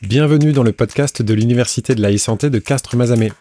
Bienvenue dans le podcast de l'Université de la e-santé de Castres-Mazamet.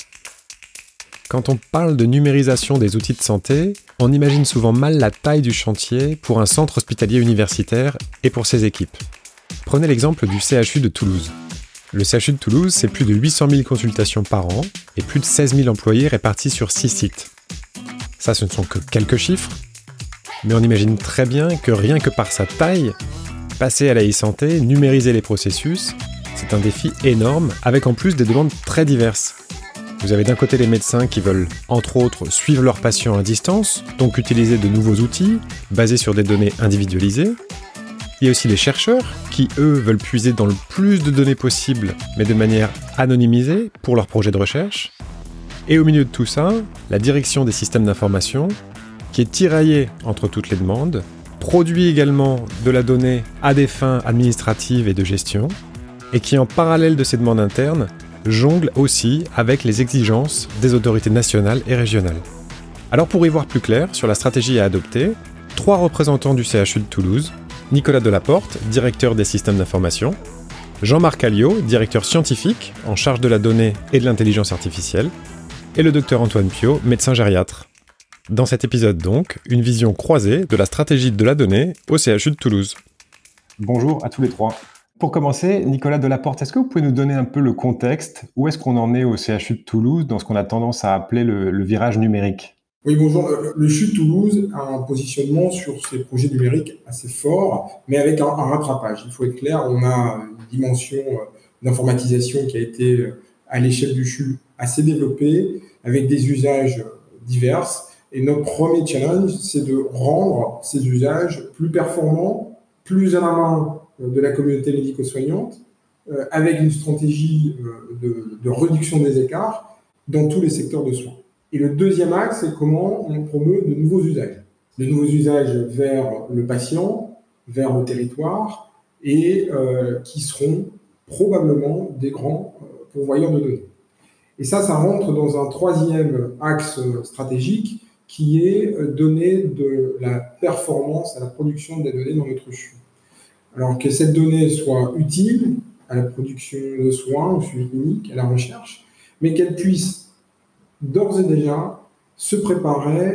Quand on parle de numérisation des outils de santé, on imagine souvent mal la taille du chantier pour un centre hospitalier universitaire et pour ses équipes. Prenez l'exemple du CHU de Toulouse. Le CHU de Toulouse, c'est plus de 800 000 consultations par an et plus de 16 000 employés répartis sur 6 sites. Ça, ce ne sont que quelques chiffres, mais on imagine très bien que rien que par sa taille, passer à la e-santé, numériser les processus, c'est un défi énorme, avec en plus des demandes très diverses. Vous avez d'un côté les médecins qui veulent, entre autres, suivre leurs patients à distance, donc utiliser de nouveaux outils, basés sur des données individualisées. Il y a aussi les chercheurs, qui, eux, veulent puiser dans le plus de données possible, mais de manière anonymisée, pour leurs projets de recherche. Et au milieu de tout ça, la direction des systèmes d'information, qui est tiraillée entre toutes les demandes, produit également de la donnée à des fins administratives et de gestion, et qui, en parallèle de ces demandes internes, jongle aussi avec les exigences des autorités nationales et régionales. Alors pour y voir plus clair sur la stratégie à adopter, 3 représentants du CHU de Toulouse, Nicolas Delaporte, directeur des systèmes d'information, Jean-Marc Alliot, directeur scientifique en charge de la donnée et de l'intelligence artificielle, et le docteur Antoine Piot, médecin gériatre. Dans cet épisode donc, une vision croisée de la stratégie de la donnée au CHU de Toulouse. Bonjour à tous les 3. Pour commencer, Nicolas Delaporte, est-ce que vous pouvez nous donner un peu le contexte? Où est-ce qu'on en est au CHU de Toulouse dans ce qu'on a tendance à appeler le virage numérique? Oui, bonjour. Le CHU de Toulouse a un positionnement sur ces projets numériques assez fort, mais avec un rattrapage. Il faut être clair, on a une dimension d'informatisation qui a été, à l'échelle du CHU, assez développée, avec des usages divers. Et notre premier challenge, c'est de rendre ces usages plus performants, plus à la main de la communauté médico-soignante, avec une stratégie de réduction des écarts dans tous les secteurs de soins. Et le deuxième axe, c'est comment on promeut de nouveaux usages. De nouveaux usages vers le patient, vers le territoire, et qui seront probablement des grands pourvoyeurs de données. Et ça rentre dans un troisième axe stratégique, qui est donner de la performance à la production de la donnée dans notre CHU. Alors que cette donnée soit utile à la production de soins, au suivi clinique, à la recherche, mais qu'elle puisse d'ores et déjà se préparer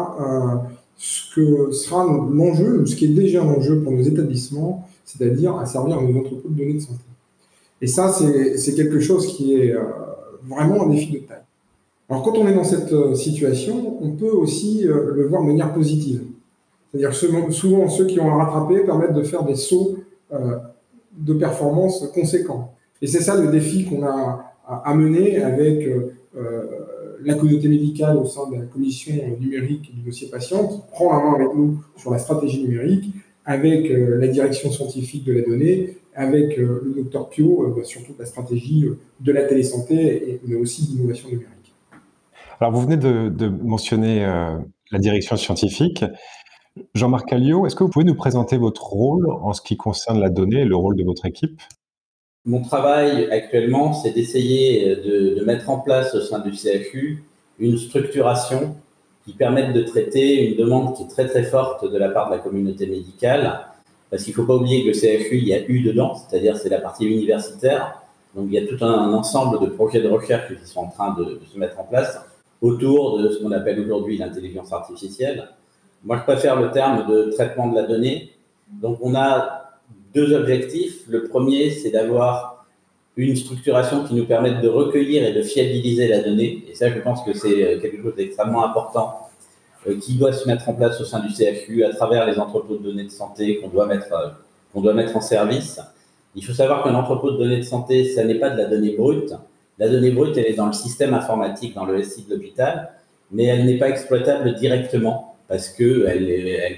à ce que sera l'enjeu, ou ce qui est déjà l'enjeu pour nos établissements, c'est-à-dire à servir à nos entrepôts de données de santé. Et ça, c'est quelque chose qui est vraiment un défi de taille. Alors quand on est dans cette situation, on peut aussi le voir de manière positive. C'est-à-dire que souvent, ceux qui ont à rattraper permettent de faire des sauts de performance conséquents. Et c'est ça le défi qu'on a à mener avec la communauté médicale au sein de la commission numérique du dossier patient, qui prend la main avec nous sur la stratégie numérique, avec la direction scientifique de la donnée, avec le docteur Piot, surtout la stratégie de la télésanté, mais aussi d'innovation numérique. Alors vous venez de mentionner la direction scientifique. Jean-Marc Alliot, est-ce que vous pouvez nous présenter votre rôle en ce qui concerne la donnée et le rôle de votre équipe? Mon travail actuellement, c'est d'essayer de mettre en place au sein du CHU une structuration qui permette de traiter une demande qui est très très forte de la part de la communauté médicale, parce qu'il ne faut pas oublier que le CHU, il y a eu dedans, c'est-à-dire c'est la partie universitaire, donc il y a tout un ensemble de projets de recherche qui sont en train de se mettre en place autour de ce qu'on appelle aujourd'hui l'intelligence artificielle. Moi, je préfère le terme de traitement de la donnée. Donc, on a 2 objectifs. Le premier, c'est d'avoir une structuration qui nous permette de recueillir et de fiabiliser la donnée. Et ça, je pense que c'est quelque chose d'extrêmement important qui doit se mettre en place au sein du CHU à travers les entrepôts de données de santé qu'on doit mettre en service. Il faut savoir qu'un entrepôt de données de santé, ça n'est pas de la donnée brute. La donnée brute, elle est dans le système informatique, dans le SI de l'hôpital, mais elle n'est pas exploitable directement parce qu'elle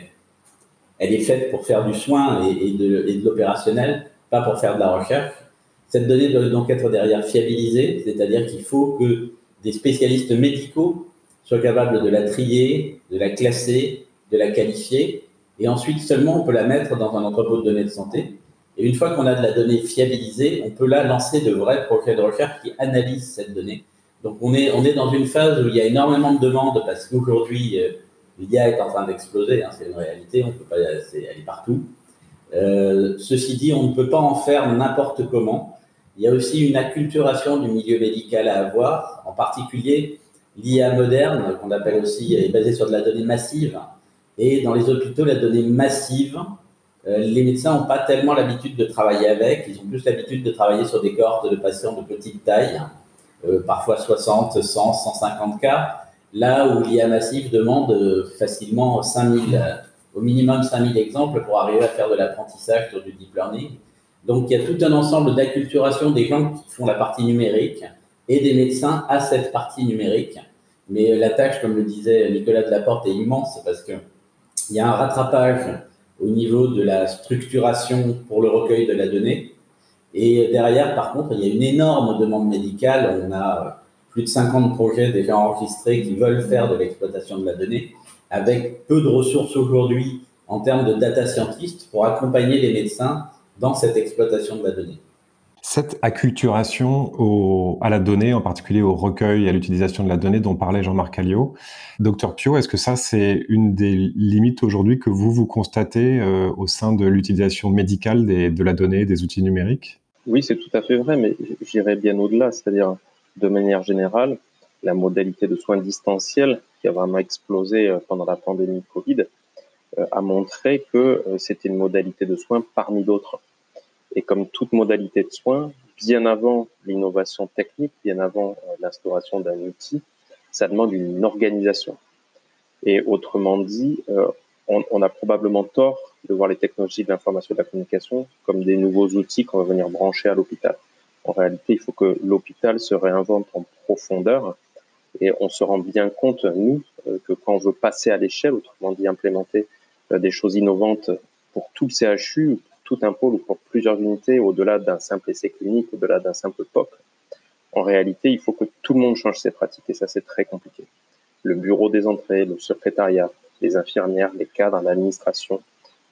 est faite pour faire du soin et de l'opérationnel, pas pour faire de la recherche. Cette donnée doit donc être derrière fiabilisée, c'est-à-dire qu'il faut que des spécialistes médicaux soient capables de la trier, de la classer, de la qualifier, et ensuite seulement on peut la mettre dans un entrepôt de données de santé. Et une fois qu'on a de la donnée fiabilisée, on peut là lancer de vrais projets de recherche qui analysent cette donnée. Donc on est dans une phase où il y a énormément de demandes parce qu'aujourd'hui, l'IA est en train d'exploser, c'est une réalité, on peut pas, elle est partout. Ceci dit, on ne peut pas en faire n'importe comment. Il y a aussi une acculturation du milieu médical à avoir, en particulier l'IA moderne, qu'on appelle aussi, est basée sur de la donnée massive. Et dans les hôpitaux, la donnée massive, les médecins n'ont pas tellement l'habitude de travailler avec. Ils ont plus l'habitude de travailler sur des cohortes de patients de petite taille, parfois 60, 100, 150 cas, là où l'IA massive demande facilement 5000, au minimum 5000 exemples pour arriver à faire de l'apprentissage sur du deep learning. Donc, il y a tout un ensemble d'acculturation des gens qui font la partie numérique et des médecins à cette partie numérique. Mais la tâche, comme le disait Nicolas Delaporte, est immense parce qu'il y a un rattrapage au niveau de la structuration pour le recueil de la donnée. Et derrière, par contre, il y a une énorme demande médicale. On a plus de 50 projets déjà enregistrés qui veulent faire de l'exploitation de la donnée, avec peu de ressources aujourd'hui en termes de data scientists pour accompagner les médecins dans cette exploitation de la donnée. Cette acculturation à la donnée, en particulier au recueil et à l'utilisation de la donnée dont parlait Jean-Marc Alliot, Dr Pio, est-ce que ça c'est une des limites aujourd'hui que vous constatez au sein de l'utilisation médicale de la donnée, des outils numériques? Oui, c'est tout à fait vrai, mais j'irais bien au-delà, c'est-à-dire de manière générale, la modalité de soins distanciels qui a vraiment explosé pendant la pandémie Covid a montré que c'était une modalité de soins parmi d'autres. Et comme toute modalité de soins, bien avant l'innovation technique, bien avant l'instauration d'un outil, ça demande une organisation. Et autrement dit, on a probablement tort de voir les technologies de l'information et de la communication comme des nouveaux outils qu'on va venir brancher à l'hôpital. En réalité, il faut que l'hôpital se réinvente en profondeur et on se rend bien compte, nous, que quand on veut passer à l'échelle, autrement dit implémenter des choses innovantes pour tout le CHU, tout un pôle ou pour plusieurs unités, au-delà d'un simple essai clinique, au-delà d'un simple POC, en réalité, il faut que tout le monde change ses pratiques et ça, c'est très compliqué. Le bureau des entrées, le secrétariat, les infirmières, les cadres, l'administration,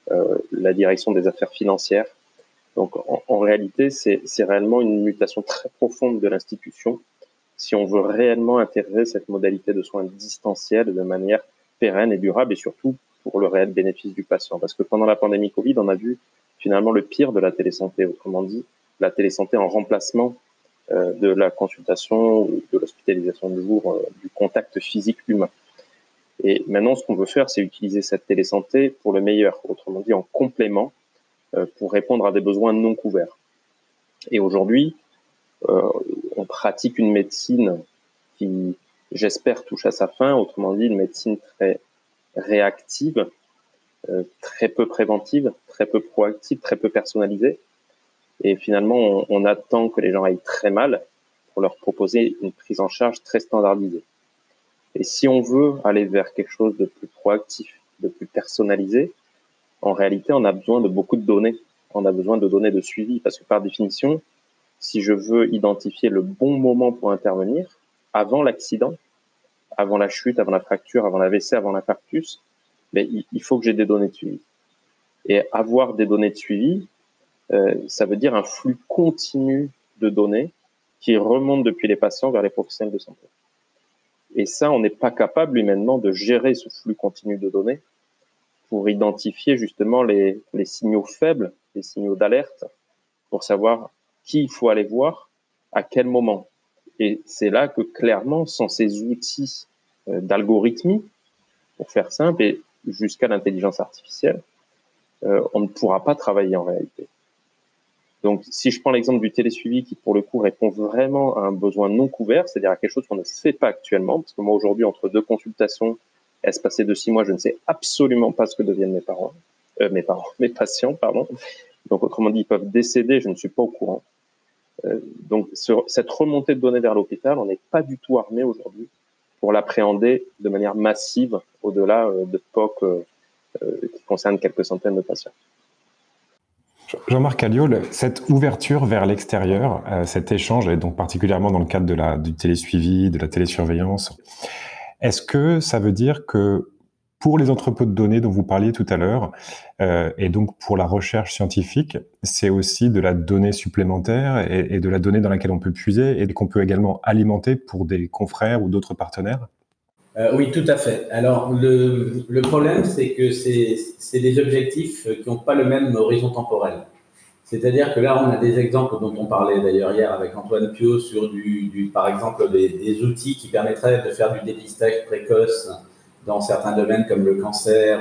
la direction des affaires financières. Donc, en réalité, c'est réellement une mutation très profonde de l'institution si on veut réellement intégrer cette modalité de soins distanciels de manière pérenne et durable et surtout pour le réel bénéfice du patient. Parce que pendant la pandémie Covid, on a vu finalement le pire de la télésanté, autrement dit, la télésanté en remplacement de la consultation ou de l'hospitalisation de jour, du contact physique humain. Et maintenant, ce qu'on veut faire, c'est utiliser cette télésanté pour le meilleur, autrement dit en complément, pour répondre à des besoins non couverts. Et aujourd'hui, on pratique une médecine qui, j'espère, touche à sa fin, autrement dit une médecine très réactive, très peu préventive, très peu proactive, très peu personnalisée. Et finalement, on attend que les gens aillent très mal pour leur proposer une prise en charge très standardisée. Et si on veut aller vers quelque chose de plus proactif, de plus personnalisé, en réalité, on a besoin de beaucoup de données. On a besoin de données de suivi parce que par définition, si je veux identifier le bon moment pour intervenir, avant l'accident, avant la chute, avant la fracture, avant l'AVC, avant l'infarctus, mais il faut que j'ai des données de suivi. Et avoir des données de suivi, ça veut dire un flux continu de données qui remonte depuis les patients vers les professionnels de santé. Et ça, on n'est pas capable humainement de gérer ce flux continu de données pour identifier justement les signaux faibles, les signaux d'alerte, pour savoir qui il faut aller voir, à quel moment. Et c'est là que clairement, sans ces outils d'algorithmie, pour faire simple, et jusqu'à l'intelligence artificielle, on ne pourra pas travailler en réalité. Donc, si je prends l'exemple du télésuivi qui, pour le coup, répond vraiment à un besoin non couvert, c'est-à-dire à quelque chose qu'on ne fait pas actuellement, parce que moi, aujourd'hui, entre deux consultations, espacées de 6 mois, je ne sais absolument pas ce que deviennent mes patients, pardon. Donc, autrement dit, ils peuvent décéder, je ne suis pas au courant. Donc, cette remontée de données vers l'hôpital, on n'est pas du tout armé aujourd'hui pour l'appréhender de manière massive au-delà de POC qui concerne quelques centaines de patients. Jean-Marc Alliot, cette ouverture vers l'extérieur, cet échange, et donc particulièrement dans le cadre du télésuivi, de la télésurveillance, est-ce que ça veut dire que pour les entrepôts de données dont vous parliez tout à l'heure, et donc pour la recherche scientifique, c'est aussi de la donnée supplémentaire et de la donnée dans laquelle on peut puiser et qu'on peut également alimenter pour des confrères ou d'autres partenaires? Oui, tout à fait. Alors, le problème, c'est que c'est des objectifs qui n'ont pas le même horizon temporel. C'est-à-dire que là, on a des exemples dont on parlait d'ailleurs hier avec Antoine Piot sur par exemple, des outils qui permettraient de faire du dépistage précoce dans certains domaines comme le cancer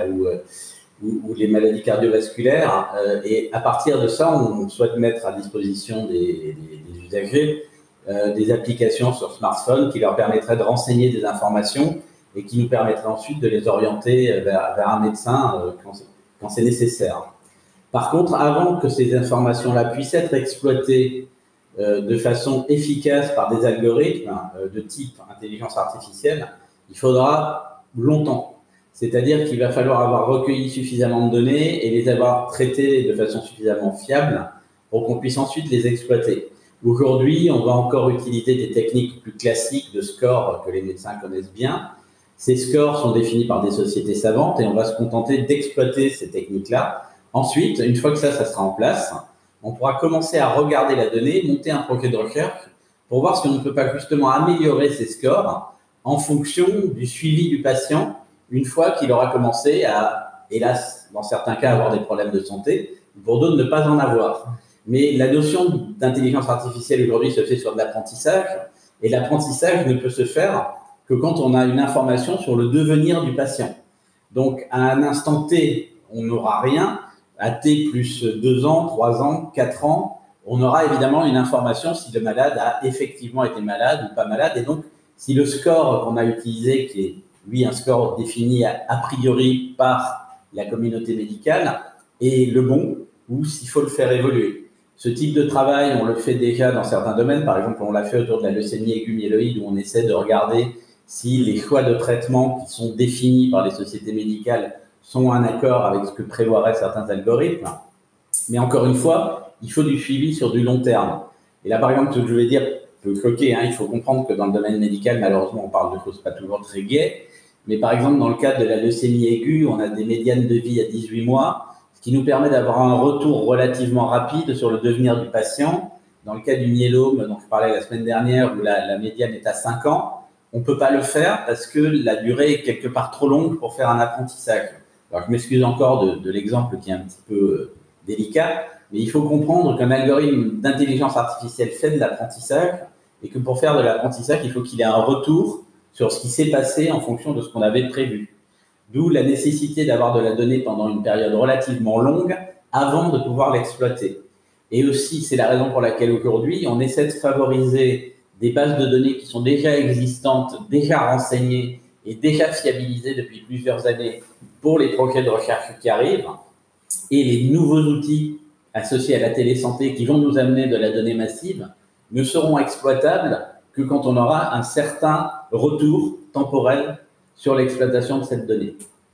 ou les maladies cardiovasculaires. Et à partir de ça, on souhaite mettre à disposition des usagers des applications sur smartphone qui leur permettraient de renseigner des informations et qui nous permettraient ensuite de les orienter vers un médecin quand c'est nécessaire. Par contre, avant que ces informations-là puissent être exploitées de façon efficace par des algorithmes de type intelligence artificielle, il faudra longtemps. C'est-à-dire qu'il va falloir avoir recueilli suffisamment de données et les avoir traitées de façon suffisamment fiable pour qu'on puisse ensuite les exploiter. Aujourd'hui, on va encore utiliser des techniques plus classiques de score que les médecins connaissent bien. Ces scores sont définis par des sociétés savantes et on va se contenter d'exploiter ces techniques-là. Ensuite, une fois que ça sera en place, on pourra commencer à regarder la donnée, monter un projet de recherche pour voir si on ne peut pas justement améliorer ces scores en fonction du suivi du patient une fois qu'il aura commencé à, hélas, dans certains cas, avoir des problèmes de santé, pour d'autres ne pas en avoir. Mais la notion d'intelligence artificielle aujourd'hui se fait sur de l'apprentissage, et l'apprentissage ne peut se faire que quand on a une information sur le devenir du patient. Donc, à un instant T, on n'aura rien. À T plus 2 ans, 3 ans, 4 ans, on aura évidemment une information si le malade a effectivement été malade ou pas malade. Et donc, si le score qu'on a utilisé, qui est lui un score défini a priori par la communauté médicale, est le bon ou s'il faut le faire évoluer. Ce type de travail, on le fait déjà dans certains domaines. Par exemple, on l'a fait autour de la leucémie aiguë myéloïde où on essaie de regarder si les choix de traitement qui sont définis par les sociétés médicales sont en accord avec ce que prévoiraient certains algorithmes. Mais encore une fois, il faut du suivi sur du long terme. Et là, par exemple, ce que je vais dire peut choquer. Il faut comprendre que dans le domaine médical, malheureusement, on parle de choses pas toujours très gaies. Mais par exemple, dans le cadre de la leucémie aiguë, on a des médianes de vie à 18 mois, ce qui nous permet d'avoir un retour relativement rapide sur le devenir du patient. Dans le cas du myélome, dont je parlais la semaine dernière, où la médiane est à 5 ans, on ne peut pas le faire parce que la durée est quelque part trop longue pour faire un apprentissage. Alors, je m'excuse encore de l'exemple qui est un petit peu délicat, mais il faut comprendre qu'un algorithme d'intelligence artificielle fait de l'apprentissage et que pour faire de l'apprentissage, il faut qu'il ait un retour sur ce qui s'est passé en fonction de ce qu'on avait prévu. D'où la nécessité d'avoir de la donnée pendant une période relativement longue avant de pouvoir l'exploiter. Et aussi, c'est la raison pour laquelle aujourd'hui, on essaie de favoriser des bases de données qui sont déjà existantes, déjà renseignées et déjà fiabilisées depuis plusieurs années pour les projets de recherche qui arrivent. Et les nouveaux outils associés à la télésanté qui vont nous amener de la donnée massive ne seront exploitables que quand on aura un certain retour temporel sur l'exploitation de cette donnée.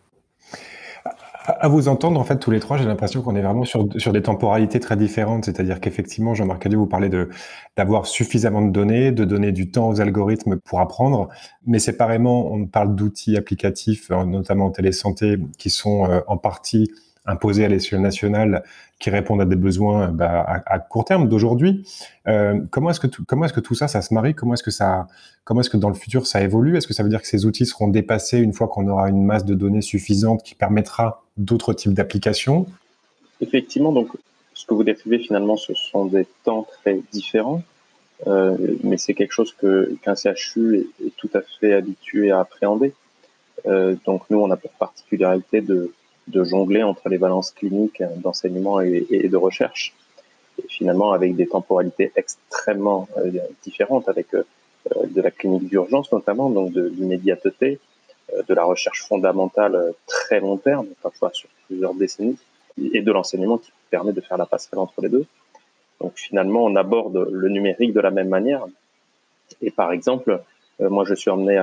À vous entendre, en fait, tous les trois, j'ai l'impression qu'on est vraiment sur des temporalités très différentes. C'est-à-dire qu'effectivement, Jean-Marc Cadieux, vous parlez d'avoir suffisamment de donner du temps aux algorithmes pour apprendre. Mais séparément, on parle d'outils applicatifs, notamment en télésanté, qui sont en partie imposés à l'échelle nationale, qui répondent à des besoins à court terme d'aujourd'hui. Comment est-ce que tout ça se marie? Comment est-ce que dans le futur ça évolue? Est-ce que ça veut dire que ces outils seront dépassés une fois qu'on aura une masse de données suffisante qui permettra d'autres types d'applications? Effectivement, donc ce que vous décrivez finalement, ce sont des temps très différents, mais c'est quelque chose qu'un CHU est tout à fait habitué à appréhender. Donc nous, on a pour particularité de jongler entre les valences cliniques d'enseignement et de recherche, et finalement avec des temporalités extrêmement différentes, avec de la clinique d'urgence notamment, donc de l'immédiateté, de la recherche fondamentale très long terme, parfois sur plusieurs décennies, et de l'enseignement qui permet de faire la passerelle entre les deux. Donc finalement, on aborde le numérique de la même manière. Et par exemple, moi je suis amené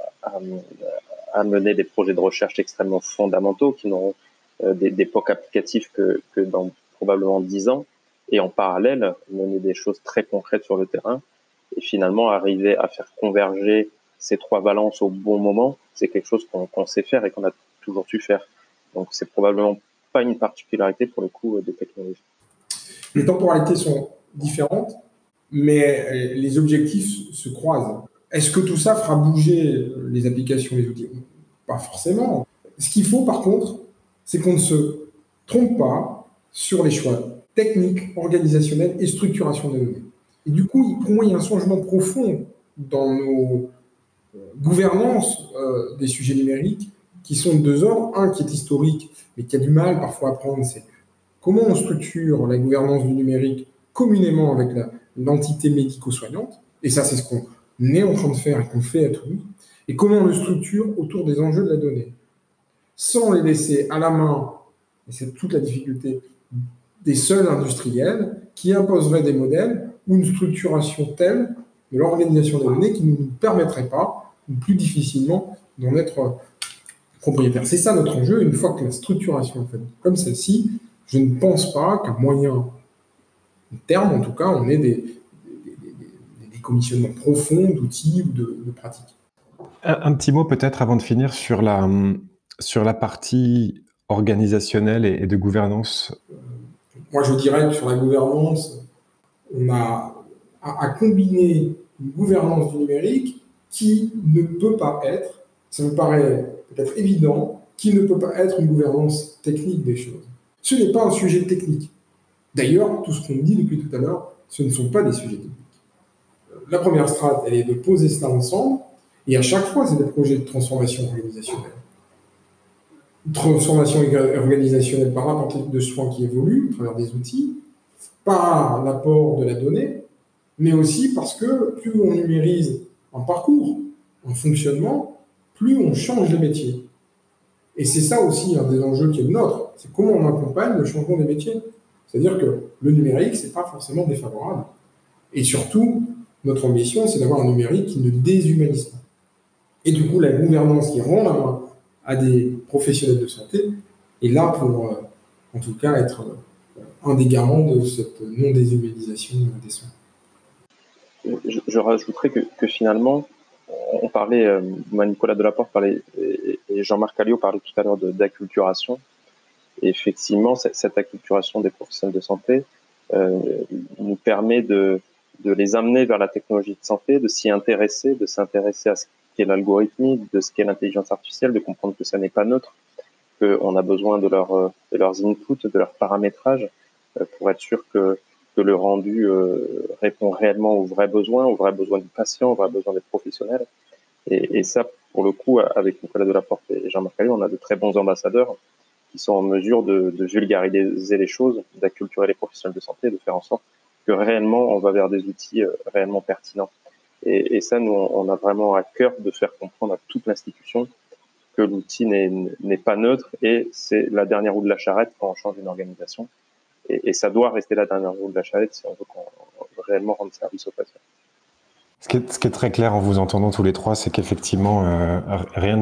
à mener des projets de recherche extrêmement fondamentaux qui n'auront des POC applicatifs que dans probablement 10 ans, et en parallèle mener des choses très concrètes sur le terrain, et finalement arriver à faire converger ces trois valences au bon moment, c'est quelque chose qu'on sait faire et qu'on a toujours su faire. Donc c'est probablement pas une particularité pour le coup des technologies. Les temporalités sont différentes, mais les objectifs se croisent. Est-ce que tout ça fera bouger les applications, les outils? Pas forcément. Ce qu'il faut, par contre, c'est qu'on ne se trompe pas sur les choix. technique, organisationnelle et structuration des données. Et du coup, pour moi, il y a un changement profond dans nos gouvernances des sujets numériques qui sont de deux ordres. Un qui est historique, mais qui a du mal parfois à prendre, c'est comment on structure la gouvernance du numérique communément avec l'entité médico-soignante. Et ça, c'est ce qu'on est en train de faire et qu'on fait à Toulouse. Et comment on le structure autour des enjeux de la donnée, sans les laisser à la main, et c'est toute la difficulté, des seuls industriels qui imposeraient des modèles ou une structuration telle de l'organisation des données qui ne nous permettrait pas, ou plus difficilement, d'en être propriétaire. C'est ça notre enjeu. Une fois que la structuration est faite comme celle-ci, je ne pense pas qu'à moyen terme, en tout cas, on ait des commissionnements profonds d'outils ou de pratiques. Un petit mot peut-être avant de finir sur la partie organisationnelle et de gouvernance. Moi, je dirais que sur la gouvernance, on a à combiner une gouvernance du numérique qui ne peut pas être, ça me paraît peut-être évident, qui ne peut pas être une gouvernance technique des choses. Ce n'est pas un sujet technique. D'ailleurs, tout ce qu'on dit depuis tout à l'heure, ce ne sont pas des sujets techniques. La première strate, elle est de poser cela ensemble, et à chaque fois, c'est des projets de transformation organisationnelle. Transformation organisationnelle par l'apport de soins qui évolue à travers des outils, par l'apport de la donnée, mais aussi parce que plus on numérise un parcours, un fonctionnement, plus on change les métiers. Et c'est ça aussi un des enjeux qui est le nôtre, c'est comment on accompagne le changement des métiers. C'est-à-dire que le numérique, c'est pas forcément défavorable. Et surtout, notre ambition, c'est d'avoir un numérique qui ne déshumanise pas. Et du coup, la gouvernance qui rend la main à des professionnels de santé est là pour, en tout cas, être un des garants de cette non-déshumanisation des soins. Je rajouterais que finalement, on parlait, Nicolas Delaporte parlait, et Jean-Marc Alliot parlait tout à l'heure d'acculturation. Et effectivement, cette acculturation des professionnels de santé nous permet de les amener vers la technologie de santé, de s'y intéresser, de s'intéresser à ce qu'est l'algorithmie, de ce qu'est l'intelligence artificielle, de comprendre que ça n'est pas neutre, qu'on a besoin de leurs inputs, de leur paramétrage, pour être sûr que le rendu répond réellement aux vrais besoins du patient, aux vrais besoins des professionnels. Et ça, pour le coup, avec Nicolas Delaporte et Jean-Marc Alliot, on a de très bons ambassadeurs qui sont en mesure de vulgariser les choses, d'acculturer les professionnels de santé, de faire en sorte que réellement on va vers des outils réellement pertinents. Et ça, nous, on a vraiment à cœur de faire comprendre à toute l'institution que l'outil n'est pas neutre et c'est la dernière roue de la charrette quand on change une organisation. Et ça doit rester la dernière roue de la charrette si on veut réellement rendre service aux patients. Ce qui est très clair en vous entendant tous les trois, c'est qu'effectivement, rien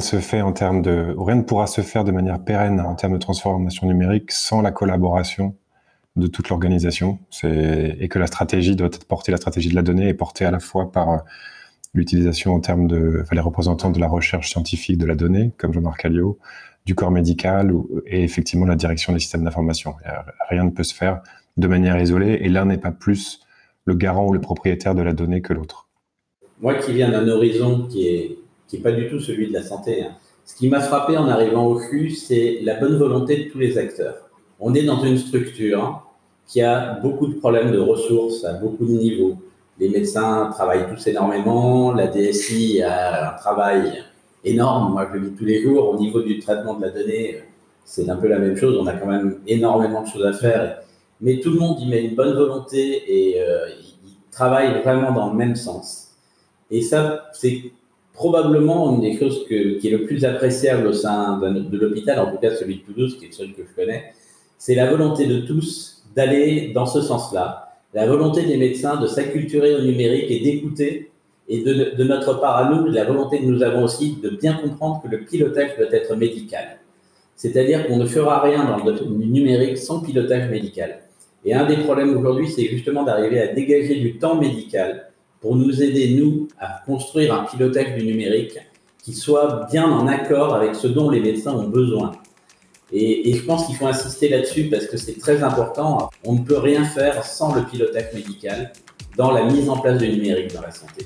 ne pourra se faire de manière pérenne en termes de transformation numérique sans la collaboration de toute l'organisation. Et que la stratégie doit être portée, la stratégie de la donnée est portée à la fois par l'utilisation en termes les représentants de la recherche scientifique de la donnée, comme Jean-Marc Alliot, du corps médical et effectivement la direction des systèmes d'information. Rien ne peut se faire de manière isolée et l'un n'est pas plus le garant ou le propriétaire de la donnée que l'autre. Moi qui viens d'un horizon qui est pas du tout celui de la santé, ce qui m'a frappé en arrivant au CHU, c'est la bonne volonté de tous les acteurs. On est dans une structure qui a beaucoup de problèmes de ressources à beaucoup de niveaux. Les médecins travaillent tous énormément, la DSI a un travail énorme, moi je le vis tous les jours. Au niveau du traitement de la donnée, c'est un peu la même chose, on a quand même énormément de choses à faire. Mais tout le monde y met une bonne volonté et il travaille vraiment dans le même sens. Et ça, c'est probablement une des choses qui est le plus appréciable au sein de l'hôpital, en tout cas celui de Toulouse, qui est le seul que je connais, c'est la volonté de tous d'aller dans ce sens-là, la volonté des médecins de s'acculturer au numérique et d'écouter, et de notre part à nous, la volonté que nous avons aussi de bien comprendre que le pilotage doit être médical. C'est-à-dire qu'on ne fera rien dans le numérique sans pilotage médical. Et un des problèmes aujourd'hui, c'est justement d'arriver à dégager du temps médical pour nous aider, nous, à construire un pilotage du numérique qui soit bien en accord avec ce dont les médecins ont besoin. Et je pense qu'il faut insister là-dessus parce que c'est très important. On ne peut rien faire sans le pilotage médical dans la mise en place du numérique dans la santé.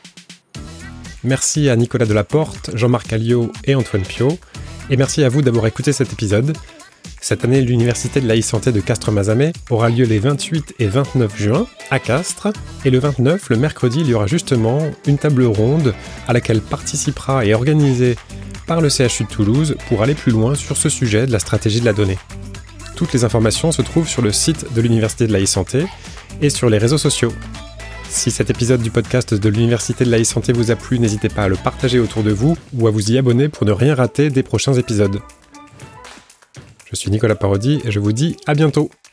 Merci à Nicolas Delaporte, Jean-Marc Alliot et Antoine Piot. Et merci à vous d'avoir écouté cet épisode. Cette année, l'Université de la e-santé de Castres-Mazamet aura lieu les 28 et 29 juin à Castres. Et le 29, le mercredi, il y aura justement une table ronde à laquelle participera et organisée par le CHU de Toulouse pour aller plus loin sur ce sujet de la stratégie de la donnée. Toutes les informations se trouvent sur le site de l'Université de la e-santé et sur les réseaux sociaux. Si cet épisode du podcast de l'Université de la e-santé vous a plu, n'hésitez pas à le partager autour de vous ou à vous y abonner pour ne rien rater des prochains épisodes. Je suis Nicolas Parodi et je vous dis à bientôt.